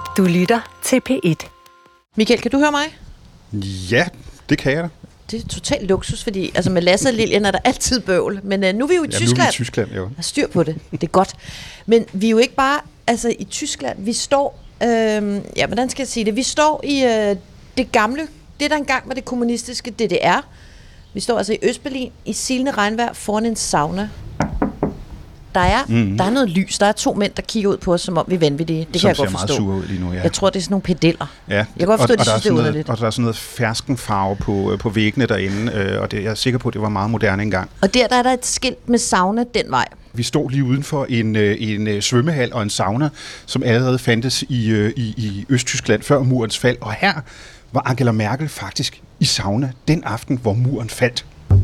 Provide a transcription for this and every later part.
Du lytter til P1. Michael, kan du høre mig? Ja, det kan jeg da. Det er totalt luksus, fordi altså med Lasse og Lillian er der altid bøvl. Men nu er vi jo i Tyskland. Nu er vi i Tyskland, jo. Jeg har styr på det. Det er godt. Men vi er jo ikke bare i Tyskland. Vi står, hvordan skal jeg sige det? Vi står i det gamle, det der engang var det kommunistiske DDR. Vi står altså i Østberlin i silende regnvejr foran en sauna. Der er noget lys. Der er 2 mænd, der kigger ud på os, som om vi er vanvittige. Det kan jeg godt forstå. Som ser meget sure ud lige nu, ja. Jeg tror, det er sådan nogle pedeller. Ja. Jeg kan godt forstå, at de synes, det er underligt. Og der er sådan noget ferskenfarve på væggene derinde, og jeg er sikker på, at det var meget moderne engang. Og der er der et skilt med sauna den vej. Vi stod lige uden for en svømmehal og en sauna, som allerede fandtes i Østtyskland før murens fald. Og her var Angela Merkel faktisk i sauna den aften, hvor muren faldt.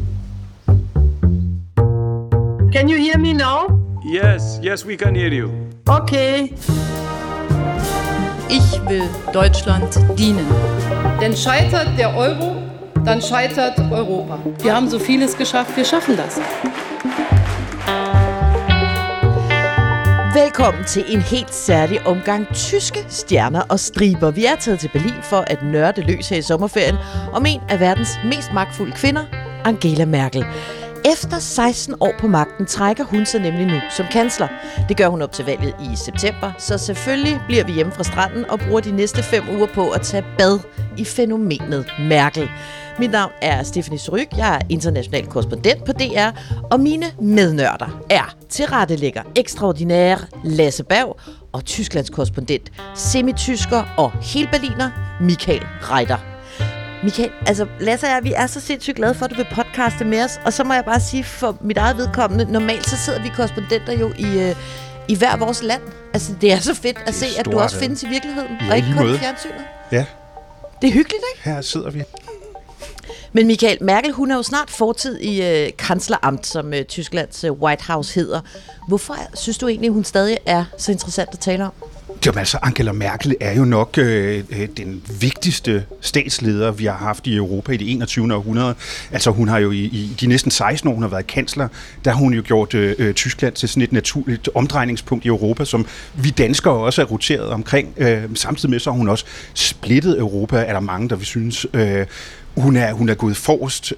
Can you hear me now? Yes, we can hear you. Okay. Ich will Deutschland dienen. Denn scheitert der Euro, dann scheitert Europa. Wir haben so vieles geschafft, wir schaffen das. Velkommen til en helt særlig omgang tyske stjerner og striber. Vi er taget til Berlin for at nørde løs her i sommerferien om en af verdens mest magtfulde kvinder, Angela Merkel. Efter 16 år på magten trækker hun sig nemlig nu som kansler. Det gør hun op til valget i september, så selvfølgelig bliver vi hjemme fra stranden og bruger de næste 5 uger på at tage bad i fænomenet Merkel. Mit navn er Stephanie Suryk, jeg er international korrespondent på DR, og mine mednørder er tilrettelægger ekstraordinære Lasse Berg og Tysklands korrespondent, semitysker og helberliner Michael Reiter. Michael, altså Lasse og jeg, vi er så sindssygt glade for, at du vil podcaste med os, og så må jeg bare sige for mit eget vedkommende, normalt så sidder vi korrespondenter jo i hver vores land. Altså det er så fedt at se, at du også findes i virkeligheden, og ikke kun i fjernsynet. Ja. Det er hyggeligt, ikke? Her sidder vi. Men Michael, Merkel, hun er jo snart fortid i kansleramt, som Tysklands White House hedder. Hvorfor synes du egentlig, hun stadig er så interessant at tale om? Jamen altså, Angela Merkel er jo nok den vigtigste statsleder, vi har haft i Europa i det 21. århundrede. Altså hun har jo i de næsten 16 år, hun har været kansler, der har hun jo gjort Tyskland til sådan et naturligt omdrejningspunkt i Europa, som vi danskere også er roteret omkring. Samtidig med så har hun også splittet Europa, er der mange, der vil synes. Hun er gået forrest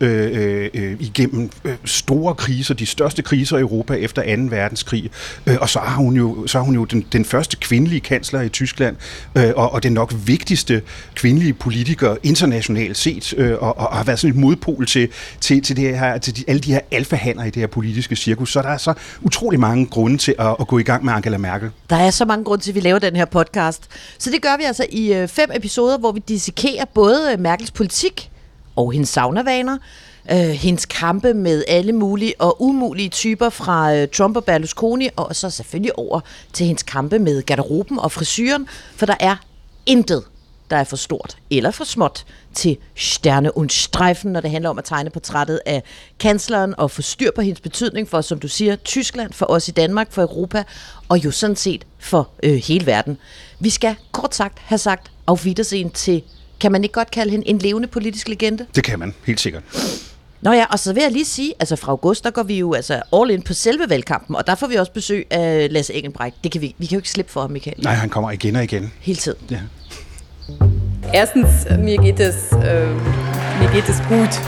igennem store kriser, de største kriser i Europa efter 2. verdenskrig, og så er hun jo den første kvindelige kansler i Tyskland, og den nok vigtigste kvindelige politiker internationalt set, og har været sådan et modpol til det her, til alle de her alfahanner i det her politiske cirkus. Så der er så utrolig mange grunde til at gå i gang med Angela Merkel. Der er så mange grunde til, at vi laver den her podcast. Så det gør vi altså i 5 episoder, hvor vi dissekerer både Merkels politik og hendes saunavaner, hendes kampe med alle mulige og umulige typer fra Trump og Berlusconi, og så selvfølgelig over til hendes kampe med garderoben og frisyren, for der er intet, der er for stort eller for småt til Sterne und Streifen, når det handler om at tegne portrættet af kansleren og få styr på hendes betydning for, som du siger, Tyskland, for os i Danmark, for Europa, og jo sådan set for hele verden. Vi skal kort sagt have sagt auf Wiedersehen til, kan man ikke godt kalde hende en levende politisk legende? Det kan man, helt sikkert. Nå ja, og så vil jeg lige sige, altså fra august, der går vi jo altså all in på selve valgkampen, og der får vi også besøg af Lasse Engelbrecht. Vi kan jo ikke slippe for ham, Michael. Nej, han kommer igen og igen. Hele tiden. Ja. Erstens, mir geht es gut.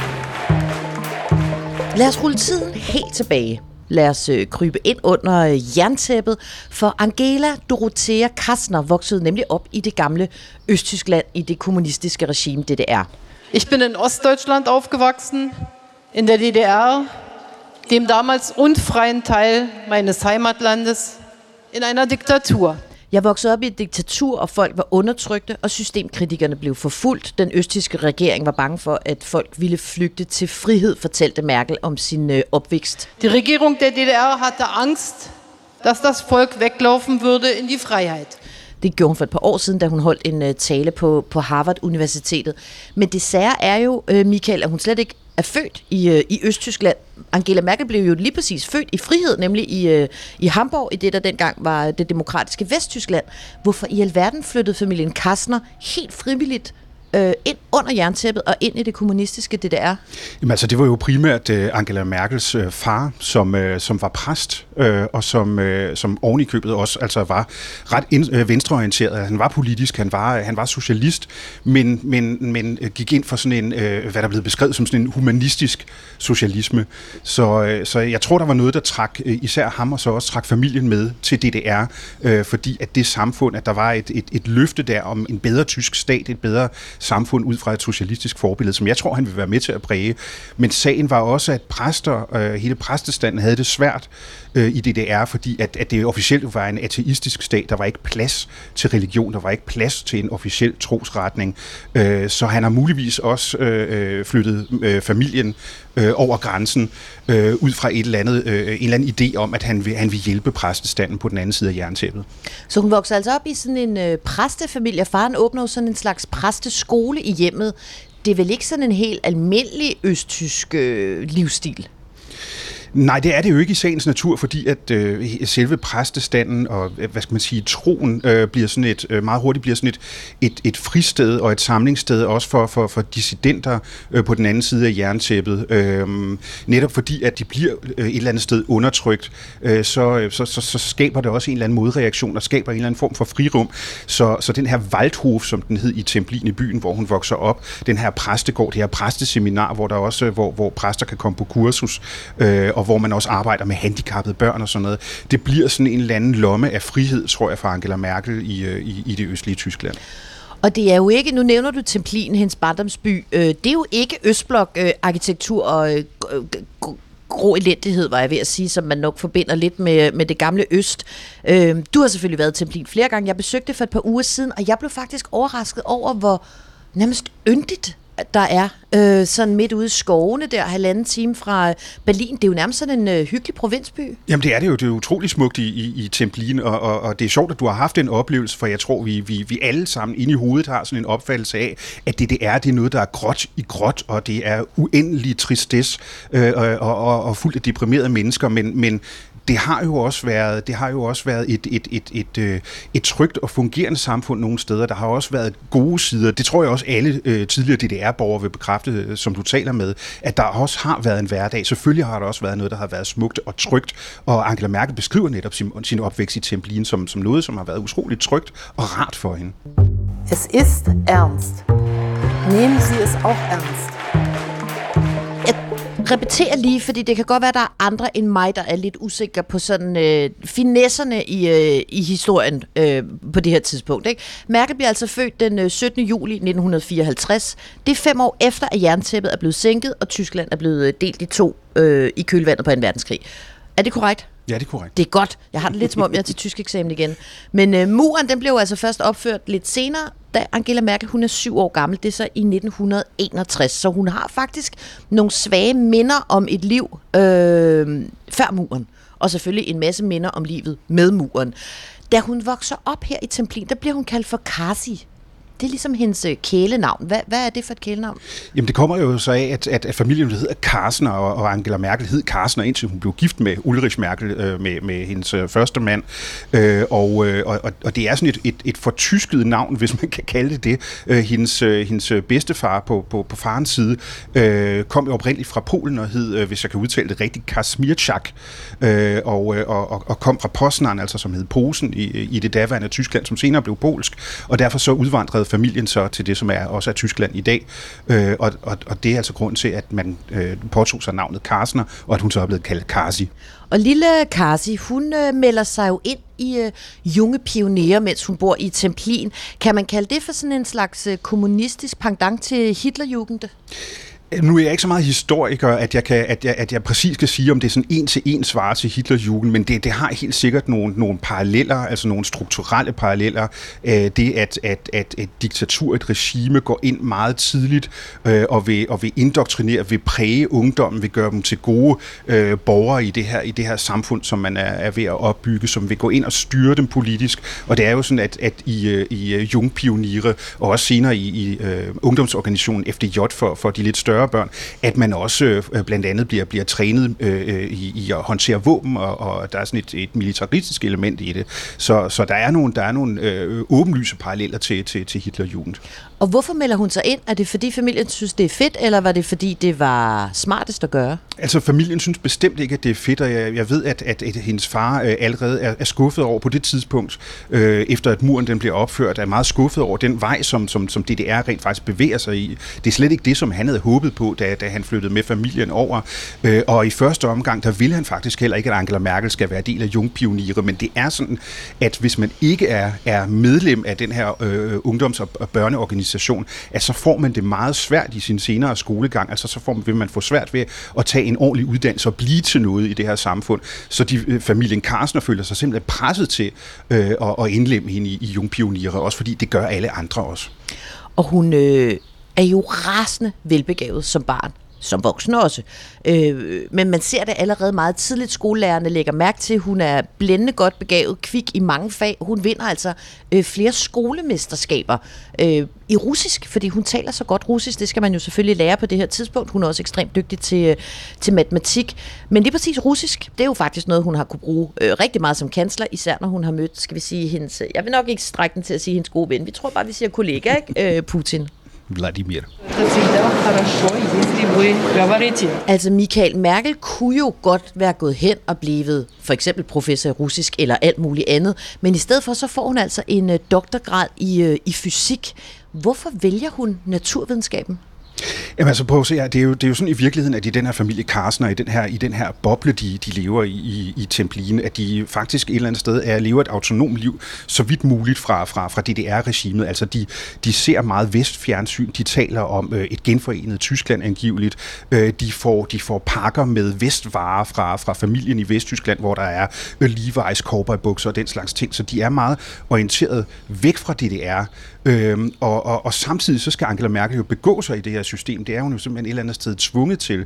Lad os rulle tiden helt tilbage. Lad os krybe ind under jerntæppet, for Angela Dorothea Kastner voksede nemlig op i det gamle Østtyskland i det kommunistiske regime DDR. Ich bin in Ostdeutschland aufgewachsen, in der DDR, dem damals unfreien Teil meines Heimatlandes, in einer Diktatur. Jeg voksede op i et diktatur, og folk var undertrykte, og systemkritikerne blev forfulgt. Den østtyske regering var bange for, at folk ville flygte til frihed, fortalte Merkel om sin opvækst. Die Regierung der DDR hatte Angst, dass das Volk weglaufen würde in die Freiheit. Det gjorde hun for et par år siden, da hun holdt en tale på Harvard-universitetet. Men det sære er jo, Michael, at hun slet ikke er født i Østtyskland. Angela Merkel blev jo lige præcis født i frihed, nemlig i Hamburg, i det der dengang var det demokratiske Vesttyskland. Hvorfor i alverden flyttede familien Kastner helt frivilligt ind under jerntæppet og ind i det kommunistiske DDR? Jamen altså, det var jo primært Angela Merkels far, som var præst, og som oven i købet også altså var ret venstreorienteret. Han var politisk, han var socialist, men gik ind for sådan en, hvad der er blevet beskrevet som sådan en humanistisk socialisme. Så jeg tror, der var noget, der trak især ham og så også trak familien med til DDR, fordi at det samfund, at der var et løfte der om en bedre tysk stat, et bedre samfund ud fra et socialistisk forbillede, som jeg tror, han vil være med til at præge. Men sagen var også, at præster, hele præstestanden havde det svært i DDR, fordi at det officielt var en ateistisk stat. Der var ikke plads til religion, der var ikke plads til en officiel trosretning. Så han har muligvis også flyttet familien over grænsen ud fra en eller anden idé om, at han vil hjælpe præstestanden på den anden side af jerntæppet. Så hun vokser altså op i sådan en præstefamilie. Faren åbner jo sådan en slags præsteskole i hjemmet. Det er vel ikke sådan en helt almindelig østtysk livsstil? Nej, det er det jo ikke i sagens natur, fordi at selve præstestanden og, hvad skal man sige, troen bliver sådan meget hurtigt bliver sådan et fristed og et samlingssted også for dissidenter på den anden side af jerntæppet. Netop fordi, at de bliver et eller andet sted undertrykt, så skaber det også en eller anden modreaktion og skaber en eller anden form for frirum. Så den her Waldhof, som den hed i Templin i byen, hvor hun vokser op, den her præstegård, det her præsteseminar, hvor der også hvor præster kan komme på kursus, og hvor man også arbejder med handicappede børn og sådan noget. Det bliver sådan en eller anden lomme af frihed, tror jeg, for Angela Merkel i det østlige Tyskland. Og det er jo ikke, nu nævner du Templin, hendes barndomsby, det er jo ikke østblok-arkitektur og grå elendighed, var jeg ved at sige, som man nok forbinder lidt med det gamle øst. Du har selvfølgelig været i Templin flere gange. Jeg besøgte det for et par uger siden, og jeg blev faktisk overrasket over, hvor nærmest yndigt der er sådan midt ude i skovene der, 1,5 time fra Berlin. Det er jo nærmest sådan en hyggelig provinsby. Jamen det er det jo. Det er utroligt smukt i Templin, og det er sjovt, at du har haft en oplevelse, for jeg tror, vi alle sammen inde i hovedet har sådan en opfattelse af, at det er noget, der er gråt i gråt, og det er uendelig tristesse og fuldt af deprimerede mennesker, men det har jo også været et trygt og fungerende samfund nogle steder. Der har også været gode sider. Det tror jeg også alle tidligere DDR-borgere vil bekræfte, som du taler med, at der også har været en hverdag. Selvfølgelig har der også været noget, der har været smukt og trygt, og Angela Merkel beskriver netop sin opvækst i Templin som noget, som har været utroligt trygt og rart for hende. Es ist ernst. Nehmen Sie es auch ernst. Repeter lige, fordi det kan godt være, at der er andre end mig, der er lidt usikre på sådan finesserne i historien på det her tidspunkt. Ikke? Merkel bliver altså født den 17. juli 1954. Det er 5 år efter, at jerntæppet er blevet sænket, og Tyskland er blevet delt i 2 i kølvandet på 2. verdenskrig. Er det korrekt? Ja, det er korrekt. Det er godt. Jeg har det lidt som om, jeg er til tysk eksamen igen. Men muren, den blev altså først opført lidt senere, da Angela Merkel, hun er 7 år gammel. Det er så i 1961. Så hun har faktisk nogle svage minder om et liv før muren. Og selvfølgelig en masse minder om livet med muren. Da hun vokser op her i Templin, der bliver hun kaldt for Kasi. Det er ligesom hendes kælenavn. Hvad er det for et kælenavn? Jamen det kommer jo så af, at familien hedder Carsten, og Angela Merkel hed Carsten, indtil hun blev gift med Ulrich Merkel, med hendes første mand. Og det er sådan et fortysket navn, hvis man kan kalde det det. Hendes bedstefar på farens side kom jo oprindeligt fra Polen og hed, hvis jeg kan udtale det rigtigt, Kazimierczak, og kom fra Poznan, altså som hed Posen i det daværende Tyskland, som senere blev polsk, og derfor så udvandrede familien så til det, som også er Tyskland i dag. Og det er altså grund til, at man påtog sig navnet Karsner, og at hun så er blevet kaldt Kasi. Og lille Kasi, hun melder sig jo ind i Junge Pionerer, mens hun bor i Templin. Kan man kalde det for sådan en slags kommunistisk pendant til Hitlerjugend? Nu er jeg ikke så meget historiker, at jeg præcis kan sige, om det er sådan en til en svar til Hitlerjugend, men det har helt sikkert nogle paralleller, altså nogle strukturelle paralleller. Det at et diktatur, et regime går ind meget tidligt og vil indoktrinere, vil præge ungdommen, vil gøre dem til gode borgere i det her samfund, som man er ved at opbygge, som vil gå ind og styre dem politisk. Og det er jo sådan, at i Junge Pionerer, og også senere i ungdomsorganisationen FDJ for de lidt større større børn, at man også blandt andet bliver trænet i at håndtere våben, og der er sådan et militaristisk element i det. Så der er nogle åbenlyse paralleller til Hitlerjugend. Og hvorfor melder hun sig ind? Er det fordi familien synes, det er fedt, eller var det fordi, det var smartest at gøre? Altså familien synes bestemt ikke, at det er fedt, og jeg ved, at hendes far allerede er skuffet over på det tidspunkt, efter at muren den bliver opført, er meget skuffet over den vej, som DDR rent faktisk bevæger sig i. Det er slet ikke det, som han havde håbet på, da han flyttede med familien over. Og i første omgang, der ville han faktisk heller ikke, at Angela Merkel skal være del af Jungpioniere, men det er sådan, at hvis man ikke er medlem af den her ungdoms- og børneorganisation, at så får man det meget svært i sin senere skolegang. Altså så vil man få svært ved at tage en ordentlig uddannelse og blive til noget i det her samfund. Så familien Carstner føler sig simpelthen presset til at indlemme hende i Jungpioniere, også fordi det gør alle andre også. Og hun er jo rasende velbegavet som barn. Som voksen også. Men man ser det allerede meget tidligt. Skolelærerne lægger mærke til, at hun er blændende godt begavet, kvik i mange fag. Hun vinder altså flere skolemesterskaber i russisk, fordi hun taler så godt russisk. Det skal man jo selvfølgelig lære på det her tidspunkt. Hun er også ekstremt dygtig til matematik. Men lige præcis russisk, det er jo faktisk noget, hun har kunne bruge rigtig meget som kansler, især når hun har mødt, skal vi sige, hendes... Jeg vil nok ikke strække den til at sige hendes gode ven. Vi tror bare, vi siger kollega, ikke? Putin. Vladimir. Altså Michael Merkel kunne jo godt være gået hen og blevet for eksempel professor i russisk eller alt muligt andet, men i stedet for så får hun altså en doktorgrad i fysik. Hvorfor vælger hun naturvidenskaben? Jamen altså prøv at se, det er jo sådan i virkeligheden, at i den her familie Carstner, i den her boble, de lever i Templin, at de faktisk et eller andet sted lever et autonomt liv, så vidt muligt fra DDR-regimet. Altså de ser meget vestfjernsyn, de taler om et genforenet Tyskland angiveligt, de får pakker med vestvarer fra familien i Vesttyskland, hvor der er Levi's cowboybukser og den slags ting, så de er meget orienteret væk fra DDR. Og samtidig så skal Angela Merkel jo begå sig i det her system. Det er hun jo simpelthen et eller andet sted tvunget til.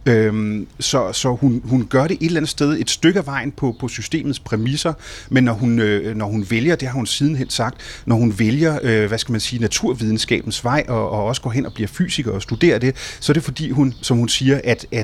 Så hun gør det et eller andet sted et stykke af vejen på systemets præmisser, men når hun vælger, det har hun sidenhen sagt, når hun vælger, naturvidenskabens vej og også går hen og bliver fysiker og studerer det, så er det fordi hun, som hun siger,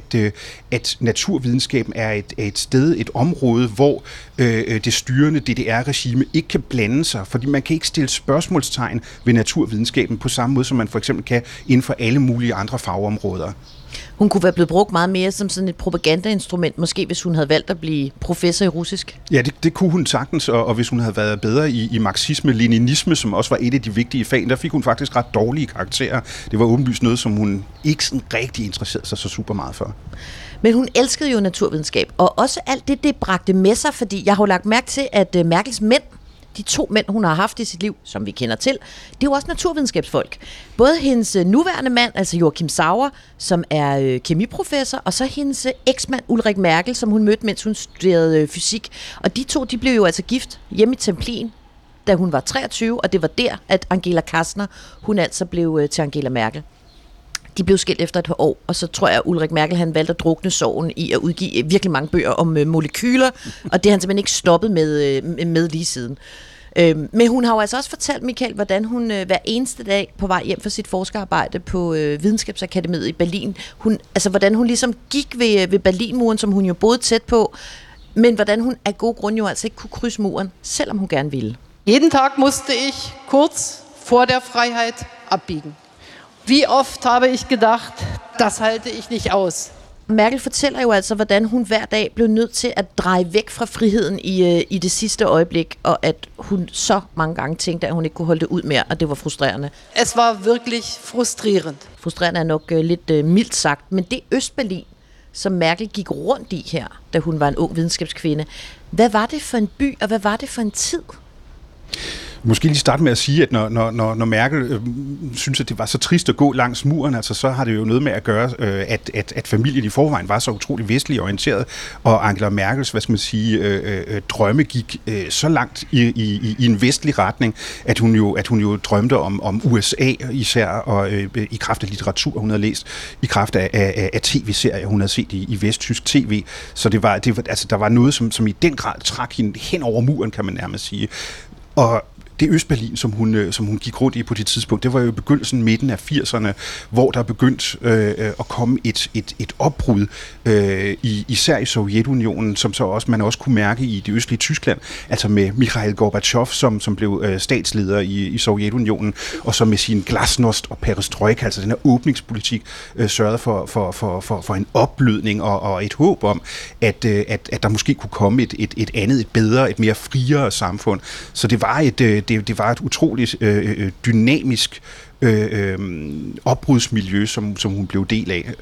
at naturvidenskaben er et sted, et område, hvor det styrende DDR-regime ikke kan blande sig, fordi man kan ikke stille spørgsmålstegn ved naturvidenskaben på samme måde, som man for eksempel kan inden for alle mulige andre fagområder. Hun kunne være blevet brugt meget mere som sådan et propagandainstrument, måske hvis hun havde valgt at blive professor i russisk. Ja, det kunne hun sagtens, og hvis hun havde været bedre i marxisme-leninisme, som også var et af de vigtige fag, der fik hun faktisk ret dårlige karakterer. Det var åbenlyst noget, som hun ikke sådan rigtig interesserede sig så super meget for. Men hun elskede jo naturvidenskab, og også alt det bragte med sig, fordi jeg har jo lagt mærke til, at Merkels mænd, de 2 mænd, hun har haft i sit liv, som vi kender til, det er jo også naturvidenskabsfolk. Både hendes nuværende mand, altså Joachim Sauer, som er kemiprofessor, og så hendes eksmand Ulrik Merkel, som hun mødte, mens hun studerede fysik. Og de 2, de blev jo altså gift hjemme i Templin, da hun var 23, og det var der, at Angela Carstner, hun altså blev til Angela Merkel. De blev skilt efter et par år, og så tror jeg, at Ulrik Merkel han valgte at drukne sorgen i at udgive virkelig mange bøger om molekyler, og det har han simpelthen ikke stoppet med lige siden. Men hun har jo altså også fortalt, Michael, hvordan hun hver eneste dag på vej hjem fra sit forskerarbejde på Videnskabsakademiet i Berlin, hvordan hun ligesom gik ved Berlinmuren, som hun jo boede tæt på, men hvordan hun af gode grunde jo altså ikke kunne krydse muren, selvom hun gerne ville. Jeden Tag musste ich kurz vor der Freiheit abbiegen. Wie oft habe ich gedacht, das halte ich nicht aus. Merkel fortæller jo altså, hvordan hun hver dag blev nødt til at dreje væk fra friheden i det sidste øjeblik, og at hun så mange gange tænkte, at hun ikke kunne holde det ud mere, og det var frustrerende. Es war wirklich frustrierend. Frustrerende er nok lidt mildt sagt, men det Østberlin, som Merkel gik rundt i her, da hun var en ung videnskabskvinde, hvad var det for en by, og hvad var det for en tid? Måske lige starte med at sige, at når Merkel synes, at det var så trist at gå langs muren, altså så har det jo noget med at gøre, at familien i forvejen var så utrolig vestligt orienteret, og Angela Merkels, drømme gik så langt i en vestlig retning, at hun jo drømte om USA især, og i kraft af litteratur, hun havde læst, i kraft af tv-serier, hun havde set i vesttysk tv. Så der var noget, som i den grad trak hende hen over muren, kan man nærmest sige. Og det Østberlin, som hun gik rundt i på det tidspunkt, det var jo i begyndelsen, midten af 80'erne, hvor der begyndte at komme et opbrud, især i Sovjetunionen, som så også man også kunne mærke i det østlige Tyskland, altså med Mikhail Gorbachev, som blev statsleder i Sovjetunionen, og så med sin glasnost og perestrojka, altså den her åbningspolitik, sørgede for en opblødning og et håb om, at der måske kunne komme et andet, et bedre, et mere friere samfund. Så det var et utroligt dynamisk opbrudsmiljø, som hun blev del af.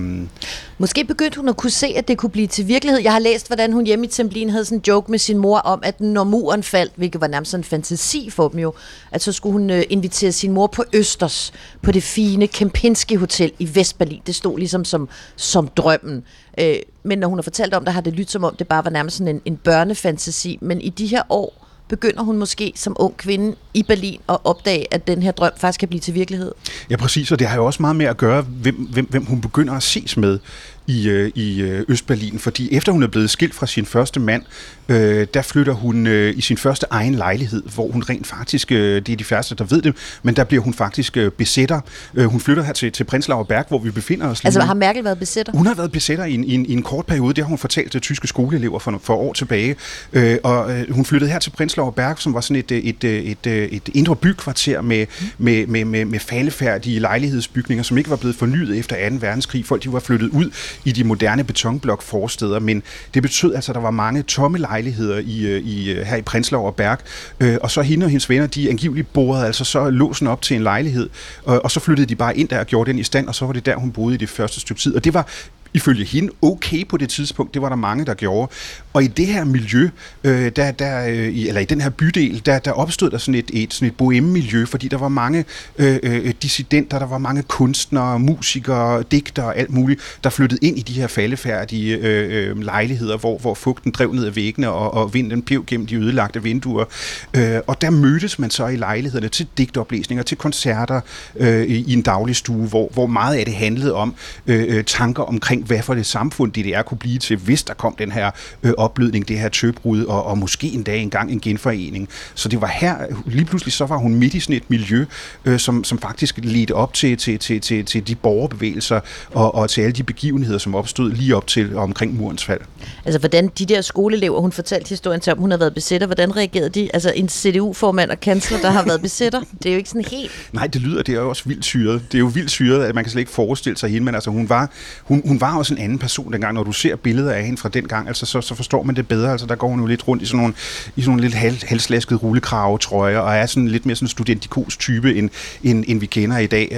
Måske begyndte hun at kunne se, at det kunne blive til virkelighed. Jeg har læst, hvordan hun hjemme i Templin havde sådan en joke med sin mor om, at når muren faldt, hvilket var nærmest en fantasi for dem jo, at så skulle hun invitere sin mor på Østers, på det fine Kempinski Hotel i Vestberlin. Det stod ligesom som drømmen. Men når hun har fortalt om det, har det lyttet som om, det bare var nærmest sådan en børnefantasi. Men i de her år begynder hun måske som ung kvinde i Berlin at opdage, at den her drøm faktisk kan blive til virkelighed. Ja, præcis, og det har jo også meget med at gøre, hvem hun begynder at ses med i Østberlin, fordi efter hun er blevet skilt fra sin første mand, der flytter hun i sin første egen lejlighed, hvor hun rent faktisk, det er de færreste, der ved det, men der bliver hun faktisk besætter. Hun flytter her til Prenzlauer Berg, hvor vi befinder os. Altså har Merkel været besætter? Hun har været besætter i en kort periode, det har hun fortalt til tyske skoleelever for år tilbage, og hun flyttede her til Prenzlauer Berg, som var sådan et indre bykvarter med faldefærdige lejlighedsbygninger, som ikke var blevet fornyet efter 2. verdenskrig. Folk de var flyttet ud i de moderne betonblok-forstæder, men det betød altså, at der var mange tomme lejligheder her i Prenzlauer Berg, og så hende og hendes venner, de angiveligt borede altså så låsen op til en lejlighed, og så flyttede de bare ind der og gjorde den i stand, og så var det der, hun boede i det første stykke tid, og det var ifølge hende okay på det tidspunkt, det var der mange, der gjorde. Og i det her miljø, eller i den her bydel, der opstod der sådan et bohème-miljø, fordi der var mange dissidenter, der var mange kunstnere, musikere, digtere og alt muligt, der flyttede ind i de her faldefærdige lejligheder, hvor fugten drev ned ad væggene, og vinden pev gennem de ødelagte vinduer. Og der mødtes man så i lejlighederne til digtoplæsninger, til koncerter i en daglig stue, hvor meget af det handlede om tanker omkring, hvad for det samfund DDR kunne blive til, hvis der kom den her opblødning, det her tøbrud, og måske en dag engang en genforening. Så det var her, lige pludselig så var hun midt i sådan et miljø, som faktisk ledte op til de borgerbevægelser, og til alle de begivenheder, som opstod lige op til og omkring murens fald. Altså hvordan de der skoleelever, hun fortalte historien til, om hun har været besætter, hvordan reagerede de? Altså en CDU-formand og kansler, der har været besætter, det er jo ikke sådan helt... Nej, det er jo også vildt syret. Det er jo vildt syret, at man kan slet ikke forestille sig hende, men altså hun var også en anden person dengang. Når du ser billeder af hende fra den gang, altså så forstår man det bedre. Altså der går hun jo lidt rundt i sådan nogle lidt halvslaskede rullekravetrøjer, og er sådan lidt mere sådan studentikos type, end vi kender i dag.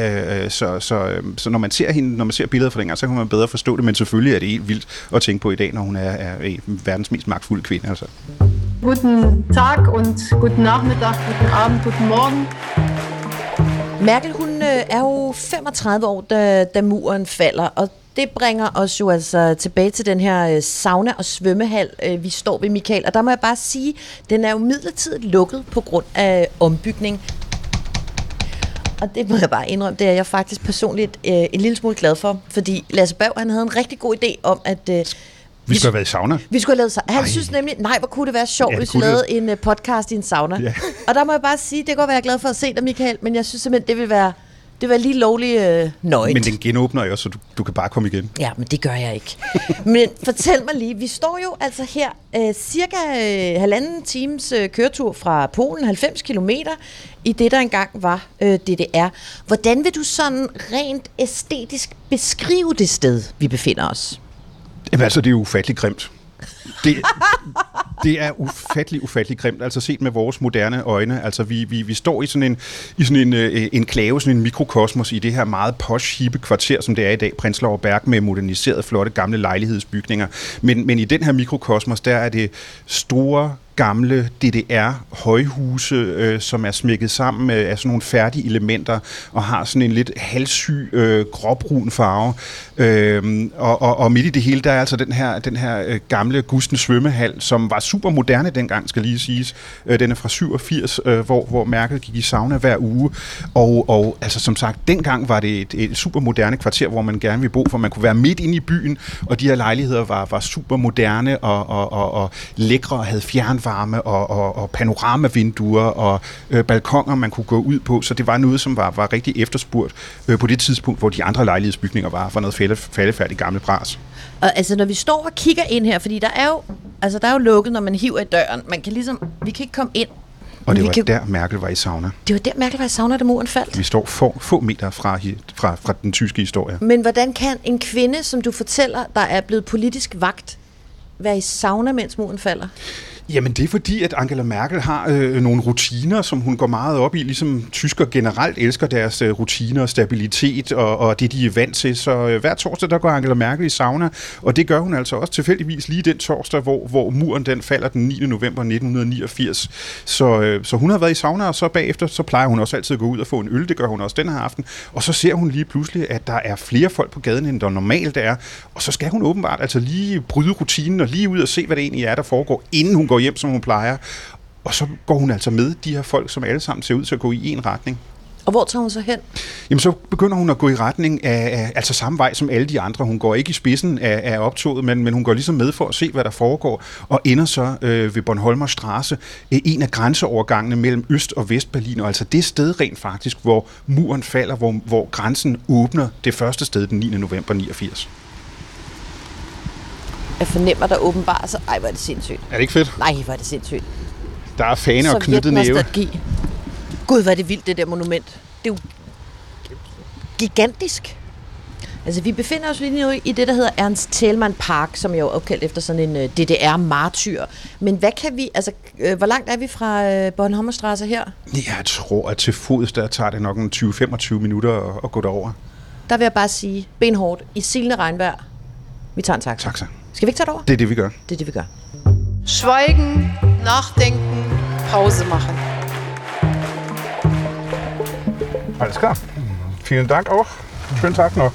Så når man ser hende, når man ser billeder fra dengang, så kan man bedre forstå det, men selvfølgelig er det helt vildt at tænke på i dag, når hun er verdens mest magtfulde kvinde. Altså. Guten Tag und guten Nachmittag, guten Abend, guten Morgen. Merkel, hun er jo 35 år, da muren falder, og det bringer os jo altså tilbage til den her sauna- og svømmehal, vi står ved, Michael. Og der må jeg bare sige, den er jo midlertidigt lukket på grund af ombygning. Og det må jeg bare indrømme, det er jeg faktisk personligt en lille smule glad for, fordi Lasse Berg, han havde en rigtig god idé om, at... Vi skulle have været i sauna. Vi skulle have lavet sauna. Han synes nemlig, nej, hvor kunne det være sjovt, hvis vi lavede en podcast i en sauna. Ja. Og der må jeg bare sige, det kan godt være, jeg er glad for at se dig, Michael, men jeg synes simpelthen, det vil være lige lovligt nøjt. Men den genåbner jo, så du kan bare komme igen. Ja, men det gør jeg ikke. Men fortæl mig lige, vi står jo altså her cirka 1,5 times køretur fra Polen, 90 kilometer, i det, der engang var DDR. Hvordan vil du sådan rent æstetisk beskrive det sted, vi befinder os? Jamen altså, det er jo ufatteligt grimt. Det er ufattelig grimt, altså set med vores moderne øjne. Altså vi står i sådan en enklave, sådan en mikrokosmos i det her meget posh, hippe kvarter, som det er i dag, Prenzlauer Berg, med moderniserede, flotte, gamle lejlighedsbygninger. Men i den her mikrokosmos, der er det store, gamle DDR-højhuse, som er smækket sammen af sådan nogle færdige elementer, og har sådan en lidt halvsyg, gråbrun farve. Og midt i det hele, der er altså den her gamle Gusten svømmehal, som var super moderne dengang, skal lige siges. Den er fra 87, hvor Merkel gik i sauna hver uge. Og altså som sagt, dengang var det et super moderne kvarter, hvor man gerne ville bo, for man kunne være midt inde i byen, og de her lejligheder var super moderne og lækre og havde fjernvarme nattvarme og panoramavinduer og balkoner, man kunne gå ud på, så det var noget, som var rigtig efterspurgt på det tidspunkt, hvor de andre lejlighedsbygninger var noget faldefærdigt gammelt bras. Og altså, når vi står og kigger ind her, fordi der er jo lukket, når man hiver i døren. Vi kan ikke komme ind. Og det var der Merkel var i sauna. Det var der Merkel var i sauna, da muren faldt. Vi står få meter fra den tyske historie. Men hvordan kan en kvinde, som du fortæller, der er blevet politisk vagt, være i sauna, mens muren falder? Jamen det er fordi, at Angela Merkel har nogle rutiner, som hun går meget op i, ligesom tyskere generelt elsker deres rutiner og stabilitet og det, de er vant til. Så hver torsdag, der går Angela Merkel i sauna, og det gør hun altså også tilfældigvis lige den torsdag, hvor muren den falder den 9. november 1989. Så hun har været i sauna, og så bagefter, så plejer hun også altid at gå ud og få en øl. Det gør hun også den her aften. Og så ser hun lige pludselig, at der er flere folk på gaden, end der normalt er. Og så skal hun åbenbart altså lige bryde rutinen og lige ud og se, hvad det egentlig er, der foregår, inden hun går hjem, som hun plejer. Og så går hun altså med de her folk, som alle sammen ser ud til at gå i en retning. Og hvor tager hun så hen? Jamen så begynder hun at gå i retning af altså samme vej som alle de andre. Hun går ikke i spidsen af optoget, men hun går ligesom med for at se, hvad der foregår, og ender så ved Bornholmer Straße, en af grænseovergangene mellem Øst- og Vestberlin, og altså det sted rent faktisk, hvor muren falder, hvor grænsen åbner det første sted den 9. november 89. Jeg fornemmer, der åbenbart så... Ej, hvor er det sindssygt. Er det ikke fedt? Nej, hvor er det sindssygt. Der er faner og knyttet næve. Gud, hvor er det vildt, det der monument. Det er jo gigantisk. Altså, vi befinder os lige nu i det, der hedder Ernst Thälmann Park, som er jo opkaldt efter sådan en DDR-martyr. Men hvad kan vi... Altså, hvor langt er vi fra Bornholmer Straße her? Jeg tror, at til fods, der tager det nok en 20-25 minutter at gå derover. Der vil jeg bare sige, benhårdt, i silende regnvejr. Vi tager en taxa. Taxa. Skal vi ikke tage det over? Det er det, vi gør. Det er det, vi gør. Schweigen, nachdenken, Pause machen. Alles klar. Vielen Dank auch. Schönen Tag noch.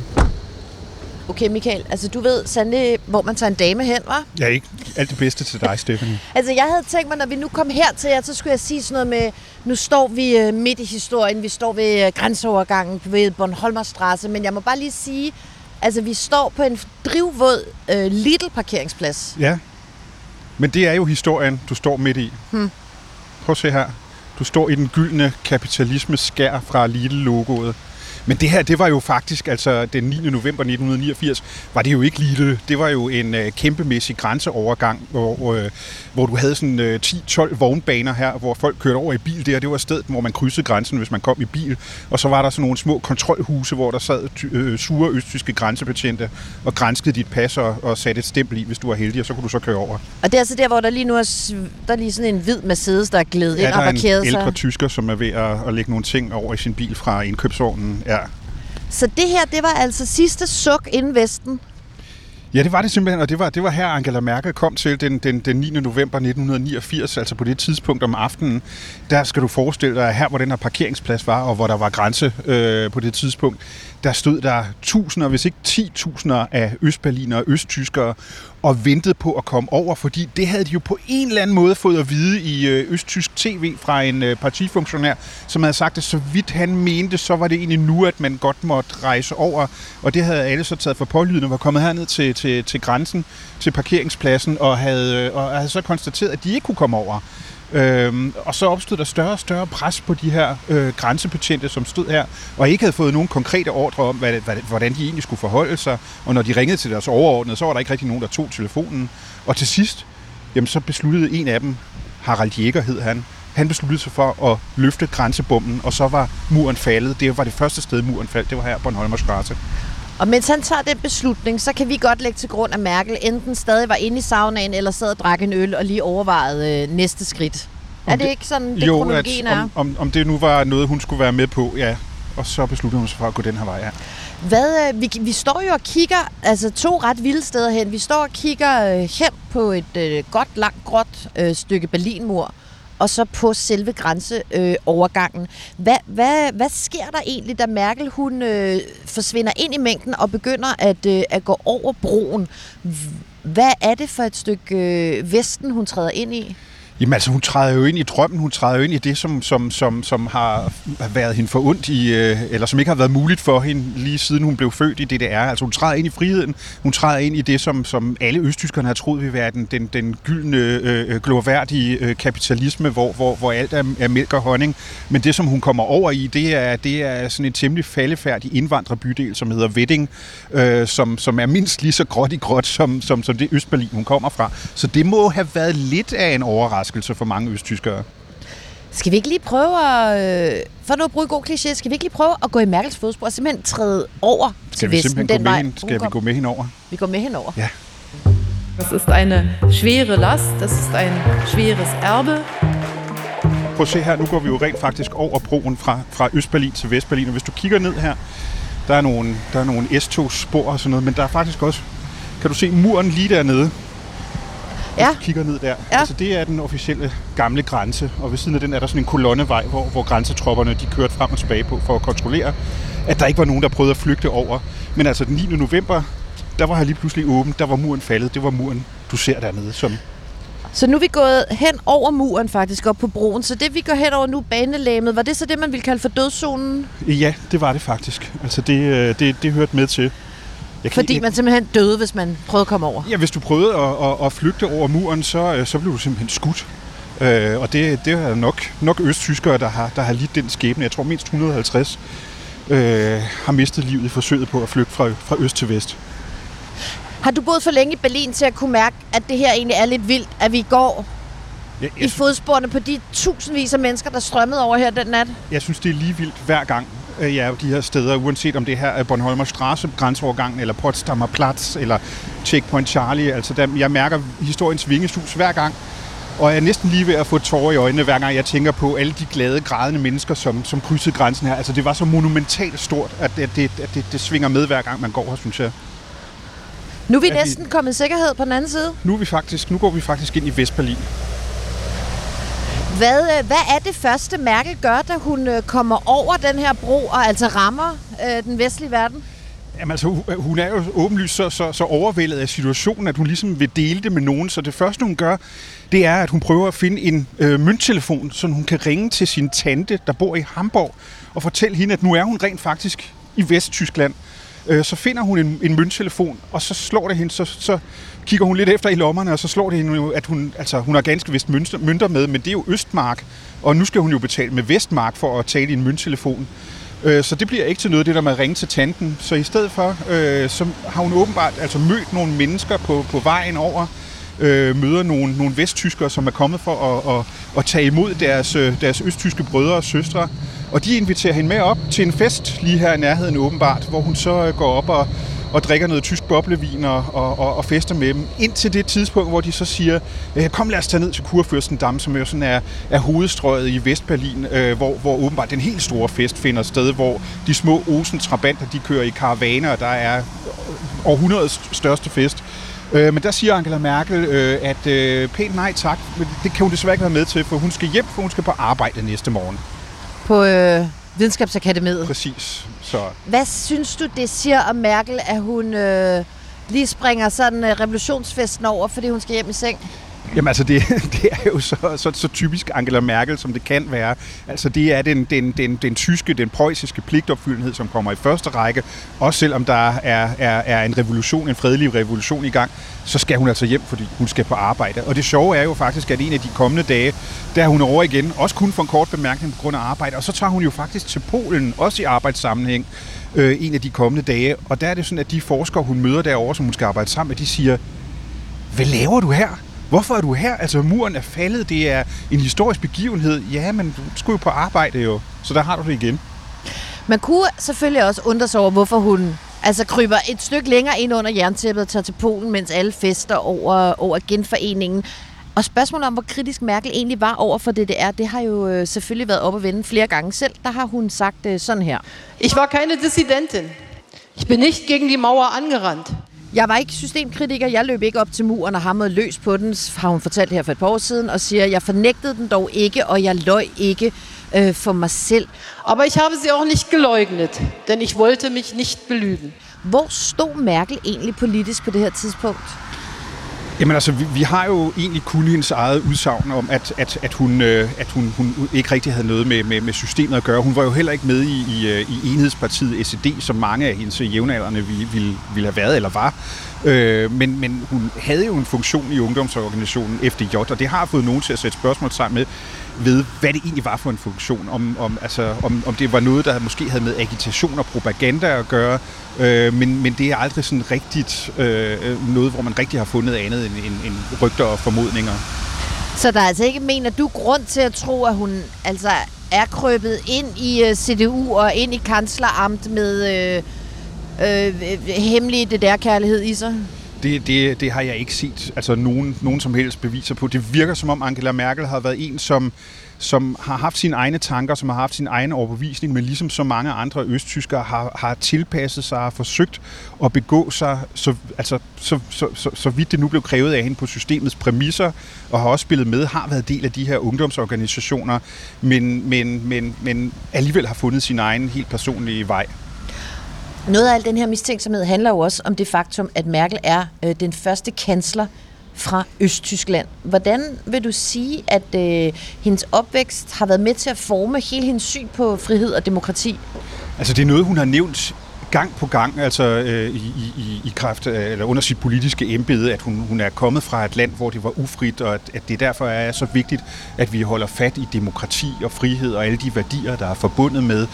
Okay, Michael, altså du ved sandelig, hvor man tager en dame hen, hva'? Ja, ikke alt det bedste til dig, Stephanie. Altså, jeg havde tænkt mig, når vi nu kom hertil, så skulle jeg sige sådan noget med, nu står vi midt i historien, vi står ved grænseovergangen ved Bornholmer Straße, men jeg må bare lige sige, altså, vi står på en drivvåd Lidl-parkeringsplads. Ja, men det er jo historien, du står midt i. Prøv at se her. Du står i den gyldne kapitalismes skær fra Lidl-logoet. Men det her, det var jo faktisk, altså den 9. november 1989, var det jo ikke Lidl. Det var jo en kæmpemæssig grænseovergang, hvor du havde sådan 10-12 vognbaner her, hvor folk kørte over i bil der. Det var stedet, hvor man krydsede grænsen, hvis man kom i bil. Og så var der sådan nogle små kontrolhuse, hvor der sad sure østtyske grænsebetjente og granskede dit pas og satte et stempel i, hvis du var heldig, og så kunne du så køre over. Og det er altså der, hvor der lige nu er der er lige sådan en hvid Mercedes, der er glædet ind og parkeret sig. Ja, der er en ældre tysker, som er ved at lægge nogle ting over i sin bil fra indkøbsvognen. Ja. Så det her, det var altså sidste suk inden Vesten? Ja, det var det simpelthen, og det var her Angela Merkel kom til den 9. november 1989, altså på det tidspunkt om aftenen. Der skal du forestille dig, her hvor den her parkeringsplads var, og hvor der var grænse på det tidspunkt, der stod der tusinder, hvis ikke 10.000 af østberlinere og østtyskere og ventede på at komme over, fordi det havde de jo på en eller anden måde fået at vide i østtysk tv fra en partifunktionær, som havde sagt, at så vidt han mente, så var det egentlig nu, at man godt måtte rejse over, og det havde alle så taget for pålydende og var kommet herned til grænsen, til parkeringspladsen, og havde så konstateret, at de ikke kunne komme over. Og så opstod der større og større pres på de her grænsebetjente, som stod her, og ikke havde fået nogen konkrete ordre om, hvordan de egentlig skulle forholde sig. Og når de ringede til deres overordnede, så var der ikke rigtig nogen, der tog telefonen. Og til sidst, jamen, så besluttede en af dem, Harald Jäger hed han besluttede sig for at løfte grænsebommen, og så var muren faldet. Det var det første sted, muren faldt. Det var her på Bornholmer Straße. Og mens han tager den beslutning, så kan vi godt lægge til grund, at Merkel enten stadig var inde i saunaen, eller sad og drak en øl og lige overvejede næste skridt. Er det ikke sådan, det kronologien er? Om det nu var noget, hun skulle være med på, ja. Og så besluttede hun sig for at gå den her vej, ja. Vi står jo og kigger, altså 2 ret vilde steder hen. Vi står og kigger hen på et godt, langt, gråt stykke Berlinmur, og så på selve grænseovergangen. Hvad sker der egentlig, da Merkel hun forsvinder ind i mængden og begynder at gå over broen? Hvad er det for et stykke Vesten, hun træder ind i? Jamen altså, hun træder jo ind i drømmen, hun træder jo ind i det, som har været hende forundt i, eller som ikke har været muligt for hende, lige siden hun blev født i DDR. Altså hun træder ind i friheden, hun træder ind i det, som alle østtyskerne har troet vil være den gyldne, glorværdige kapitalisme, hvor alt er mælk og honning. Men det, som hun kommer over i, det er sådan en temmelig faldefærdig indvandrerbydel, som hedder Wedding, som er mindst lige så gråt i gråt, som det Østberlin, hun kommer fra. Så det må have været lidt af en overraskelse for mange østtyskere. Skal vi ikke lige prøve for nu at bruge god kliché, skal vi ikke lige prøve at gå i Merkels fodspor og simpelthen træde over til Vesten den vej? Skal vi gå med hende over? Vi går med hende over. Ja. Das ist eine schwere Last, das ist ein schweres Erbe. Prøv at se her, nu går vi jo rent faktisk over broen fra Østberlin til Vestberlin, og hvis du kigger ned her, der er nogle S-togsspor og sådan noget, men der er faktisk også, kan du se muren lige dernede? Ja. Hvis du kigger ned der. Ja. Altså, det er den officielle gamle grænse, og ved siden af den er der sådan en kolonnevej, hvor grænsetropperne de kørte frem og tilbage på for at kontrollere, at der ikke var nogen, der prøvede at flygte over. Men altså den 9. november, der var her lige pludselig åbent, der var muren faldet. Det var muren, du ser dernede. Så nu er vi gået hen over muren faktisk, op på broen. Så det vi går hen over nu, banelæmet, var det så det, man ville kalde for dødszonen? Ja, det var det faktisk. Altså det hørte med til. Fordi man simpelthen døde, hvis man prøvede at komme over? Ja, hvis du prøvede at flygte over muren, så blev du simpelthen skudt. Og det er nok østtyskere, der har lidt den skæbne. Jeg tror mindst 150 har mistet livet i forsøget på at flygte fra øst til vest. Har du boet for længe i Berlin til at kunne mærke, at det her egentlig er lidt vildt, at vi går i fodsporene på de tusindvis af mennesker, der strømmede over her den nat? Jeg synes, det er lige vildt hver gang. Jeg er jo de her steder, uanset om det her er Bornholmer Straße, grænseovergangen, eller Potsdamer Platz, eller Checkpoint Charlie. Altså, jeg mærker historiens vingesus hver gang, og jeg er næsten lige ved at få tårer i øjnene, hver gang jeg tænker på alle de glade, grædende mennesker, som krydsede grænsen her. Altså, det var så monumentalt stort, at det svinger med hver gang, man går her, synes jeg. Nu er vi næsten kommet i sikkerhed på den anden side. Nu går vi faktisk ind i Vestberlin. Hvad er det første, Merkel gør, da hun kommer over den her bro og altså rammer den vestlige verden? Jamen altså, hun er jo åbenlyst så overvældet af situationen, at hun ligesom vil dele det med nogen. Så det første, hun gør, det er, at hun prøver at finde en mønttelefon, så hun kan ringe til sin tante, der bor i Hamburg, og fortælle hende, at nu er hun rent faktisk i Vesttyskland. Så finder hun en mønttelefon, og så slår det hende, så kigger hun lidt efter i lommerne, og så slår det hende, at hun har ganske vist mønter med, men det er jo Østmark, og nu skal hun jo betale med Vestmark for at tale i en mønttelefon. Så det bliver ikke til noget, det der med at ringe til tanten. Så i stedet for, så har hun åbenbart mødt nogle mennesker på vejen over, møder nogle vesttyskere, som er kommet for at tage imod deres østtyske brødre og søstre. Og de inviterer hende med op til en fest lige her i nærheden åbenbart, hvor hun så går op og drikker noget tysk boblevin og fester med dem. Indtil det tidspunkt, hvor de så siger, kom lad os tage ned til Kurfürstendamm, som jo sådan er hovedstrøget i Vestberlin, hvor åbenbart den helt store fest finder sted, hvor de små Olsen-trabanter, de kører i karavaner, og der er århundredets største fest. Men der siger Angela Merkel, at pænt nej tak, men det kan hun desværre ikke være med til, for hun skal hjem, for hun skal på arbejde næste morgen. På Videnskabsakademiet. Præcis. Så. Hvad synes du, det siger om Merkel, at hun lige springer sådan revolutionsfesten over, fordi hun skal hjem i seng? Jamen altså, det er jo så typisk Angela Merkel, som det kan være. Altså, det er den tyske, den preussiske pligtopfyldenhed, som kommer i første række. Også selvom der er en revolution, en fredelig revolution i gang, så skal hun altså hjem, fordi hun skal på arbejde. Og det sjove er jo faktisk, at en af de kommende dage, der er hun over igen, også kun for en kort bemærkning på grund af arbejde. Og så tager hun jo faktisk til Polen, også i arbejdssammenhæng, en af de kommende dage. Og der er det sådan, at de forskere, hun møder derovre, som hun skal arbejde sammen med, de siger, hvad laver du her? Hvorfor er du her? Altså, muren er faldet, det er en historisk begivenhed. Ja, men du skulle jo på arbejde jo, så der har du det igen. Man kunne selvfølgelig også undre sig over, hvorfor hun kryber et stykke længere ind under jerntæppet og tager til Polen, mens alle fester over genforeningen. Og spørgsmålet om, hvor kritisk Merkel egentlig var over for DDR, det har jo selvfølgelig været op at vende flere gange selv. Der har hun sagt sådan her. Ich war keine Dissidentin. Ich bin nicht gegen die Mauer angerannt. Jeg var ikke systemkritiker, jeg løb ikke op til muren og hamrede løs på den, har hun fortalt her for et par år siden, og siger, jeg fornægtede den dog ikke, og jeg løj ikke for mig selv. Aber ich habe sie auch nicht geleugnet, denn ich wollte mich nicht belügen. Hvor stod Merkel egentlig politisk på det her tidspunkt? Jamen altså, vi har jo egentlig kun hendes eget udsagn om, at hun ikke rigtig havde noget med systemet at gøre. Hun var jo heller ikke med i Enhedspartiet SED, som mange af hendes jævnaldrende ville have været eller var. Men hun havde jo en funktion i ungdomsorganisationen FDJ, og det har fået nogen til at sætte spørgsmålstegn med, ved hvad det egentlig var for en funktion. Om det var noget, der måske havde med agitation og propaganda at gøre, men det er aldrig sådan rigtigt noget, hvor man rigtig har fundet andet end rygter og formodninger. Så der er altså ikke, mener du, grund til at tro, at hun altså er krøbet ind i CDU og ind i kansleramt med hemmelig DDR-kærlighed i sig? Det har jeg ikke set nogen som helst beviser på. Det virker som om Angela Merkel har været en, som har haft sine egne tanker, som har haft sin egen overbevisning, men ligesom så mange andre østtyskere har tilpasset sig og forsøgt at begå sig, så vidt det nu blev krævet af hende på systemets præmisser, og har også spillet med, har været del af de her ungdomsorganisationer, men alligevel har fundet sin egen helt personlige vej. Noget af al den her mistænksomhed handler jo også om det faktum, at Merkel er den første kansler fra Østtyskland. Hvordan vil du sige, at hendes opvækst har været med til at forme hele hendes syn på frihed og demokrati? Altså det er noget, hun har nævnt gang på gang, i kraft eller under sit politiske embede, at hun er kommet fra et land, hvor det var ufrit, og at det derfor er så vigtigt, at vi holder fat i demokrati og frihed og alle de værdier, der er forbundet med.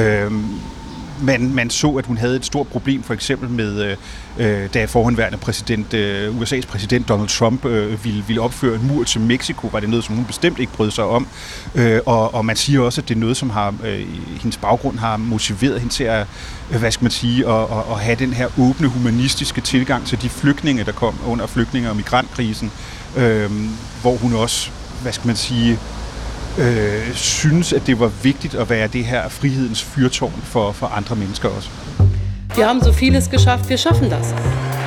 Man så, at hun havde et stort problem, for eksempel med, da forhenværende USA's præsident Donald Trump ville opføre en mur til Mexico, var det noget, som hun bestemt ikke brød sig om. Og man siger også, at det er noget, som har hendes baggrund har motiveret hende til at, at have den her åbne humanistiske tilgang til de flygtninge, der kom under flygtninge- og migrantkrisen, hvor hun også, synes, at det var vigtigt at være det her frihedens fyrtårn for andre mennesker også. Vi haben so vieles geschafft, wir schaffen das.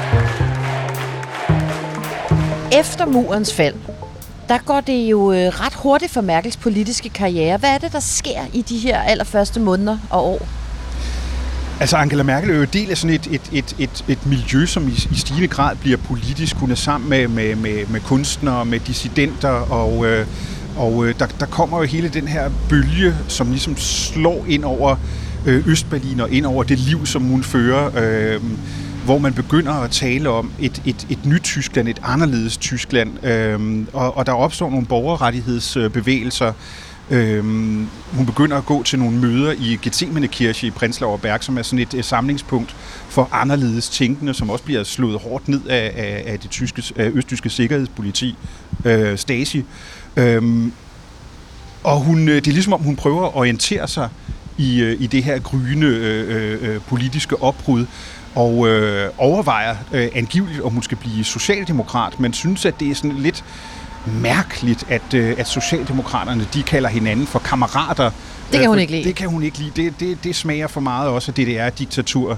Efter murens fald, der går det jo ret hurtigt for Merkels politiske karriere. Hvad er det, der sker i de her allerførste måneder og år? Altså Angela Merkel er jo del af sådan et miljø, som i stigende grad bliver politisk. Hun er sammen med kunstnere, med dissidenter, og der kommer jo hele den her bølge, som ligesom slår ind over Østberlin og ind over det liv, som hun fører, hvor man begynder at tale om et nyt Tyskland, et anderledes Tyskland, og der opstår nogle borgerrettighedsbevægelser. Hun begynder at gå til nogle møder i Gethsemane-kirche i Prenzlauer Berg, som er sådan et samlingspunkt for anderledes tænkende, som også bliver slået hårdt ned af det østtyske sikkerhedspoliti, Stasi. Og det er ligesom om hun prøver at orientere sig i det her gryende politiske opbrud, og overvejer angiveligt, om hun skal blive socialdemokrat, men synes, at det er sådan lidt mærkeligt, at socialdemokraterne, de kalder hinanden for kammerater. Det kan hun ikke lide. Det kan hun ikke lide. Det smager for meget også af DDR-diktatur.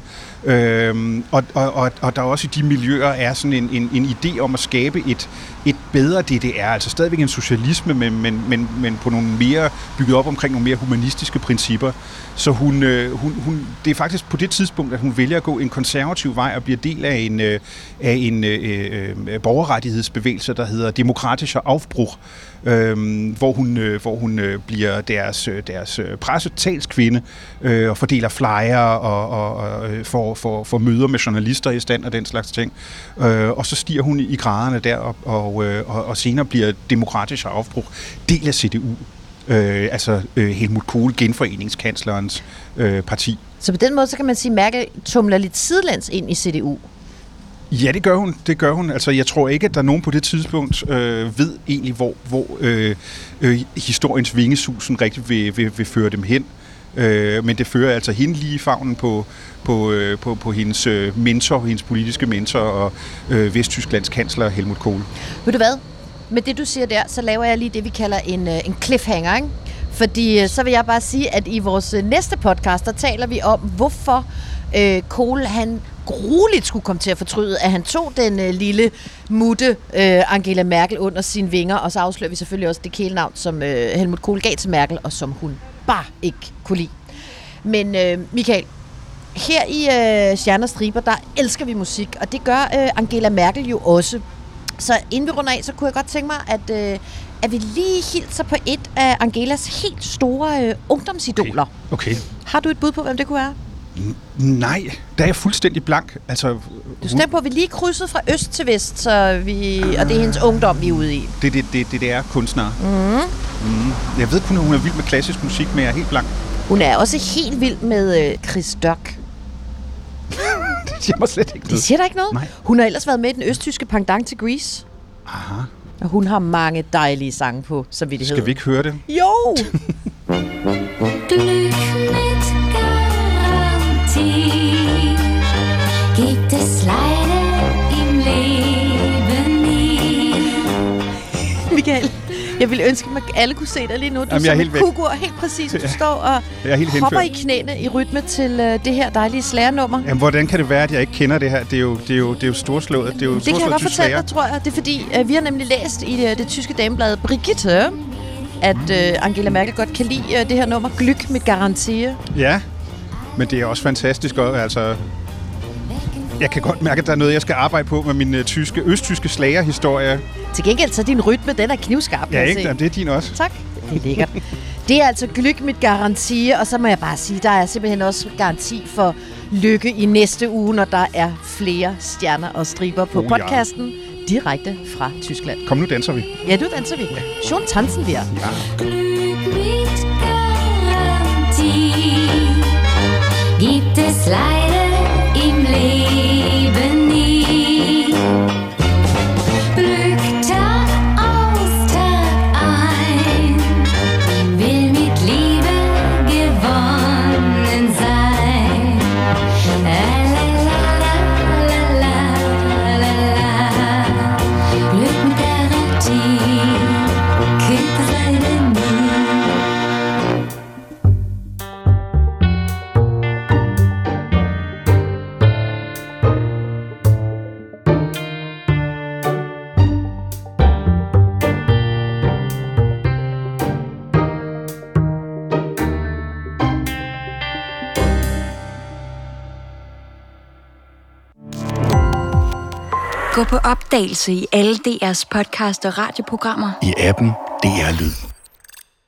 Og der også i de miljøer er sådan en idé om at skabe et bedre DDR, altså stadigvæk en socialisme, men på nogle mere bygget op omkring nogle mere humanistiske principper. Så det er faktisk på det tidspunkt, at hun vælger at gå en konservativ vej og bliver del af en borgerrettighedsbevægelse, der hedder Demokratischer Aufbruch, hvor hun bliver deres pressetalskvinde og fordeler flyer og får møder med journalister i stand og den slags ting. Og så stiger hun i graderne der, og senere bliver Demokratischer Aufbruch del af CDU. Helmut Kohl, genforeningskanslerens parti. Så på den måde, så kan man sige, at Merkel tumler lidt sidelæns ind i CDU. Ja, det gør hun. Altså, jeg tror ikke, at der er nogen på det tidspunkt ved egentlig, hvor historiens vingesusen rigtig vil føre dem hen. Men det fører altså hende lige i favnen på hendes mentor, hendes politiske mentor og Vesttysklands kansler Helmut Kohl. Ved du hvad? Med det, du siger der, så laver jeg lige det, vi kalder en cliffhanger, ikke? Fordi så vil jeg bare sige, at i vores næste podcast, der taler vi om, hvorfor Kohl, han grueligt skulle komme til at fortryde, at han tog den lille mutte Angela Merkel under sine vinger, og så afslører vi selvfølgelig også det kælenavn, som Helmut Kohl gav til Merkel, og som hun bare ikke kunne lide. Men Michael, her i Stjerner og Striber, der elsker vi musik, og det gør Angela Merkel jo også. Så inden vi runder af, så kunne jeg godt tænke mig, at vi lige hilser på et af Angelas helt store ungdomsidoler. Okay. Har du et bud på, hvem det kunne være? Nej, der er jeg fuldstændig blank. Altså, Du stemmer på, at vi lige krydsede fra øst til vest, og det er hendes ungdom, vi er ude i. Det er kunstnere. Jeg ved kun, at hun er vild med klassisk musik, men jeg er helt blank. Hun er også helt vild med Chris Dock. Det siger mig slet ikke noget. Det siger der ikke noget? Nej. Hun har ellers været med i den østtyske pendant til Grease. Aha. Og hun har mange dejlige sange på samvittighed. Skal vi ikke høre det? Jo! Gibt es leider im Leben nie. Michael, jeg ville ønske, at alle kunne se dig lige nu. Du er som en kugur, helt præcis. Du står og hopper i knæene i rytme til det her dejlige slagernummer. Jamen, hvordan kan det være, at jeg ikke kender det her? Det er jo storslået. Det kan jeg godt fortælle dig, tror jeg. Det er fordi, vi har nemlig læst i det tyske dameblad Brigitte, at Angela Merkel godt kan lide det her nummer, Glück mit Garantie. Ja, men det er også fantastisk. Altså, jeg kan godt mærke, at der er noget, jeg skal arbejde på med min østtyske slagerhistorie. Til gengæld så din rytme, den er knivskarp. Ja, ikke? Det er din også. Tak. Det er lækkert. Det er altså Glück mit Garantie, og så må jeg bare sige, der er simpelthen også garanti for lykke i næste uge, når der er flere stjerner og striber på podcasten direkte fra Tyskland. Kom, nu danser vi. Ja, nu danser vi. Schon tanzen wir. Ja. Glück mit Garantie gibt es leider im Leben nie. Glück Tag aus, Tag ein, will mit Liebe gewonnen sein. La la la la la la. Glück mit Garantie gibt es leider nie. Gå på opdagelse i alle DR's podcast og radioprogrammer. I appen DR Lyd.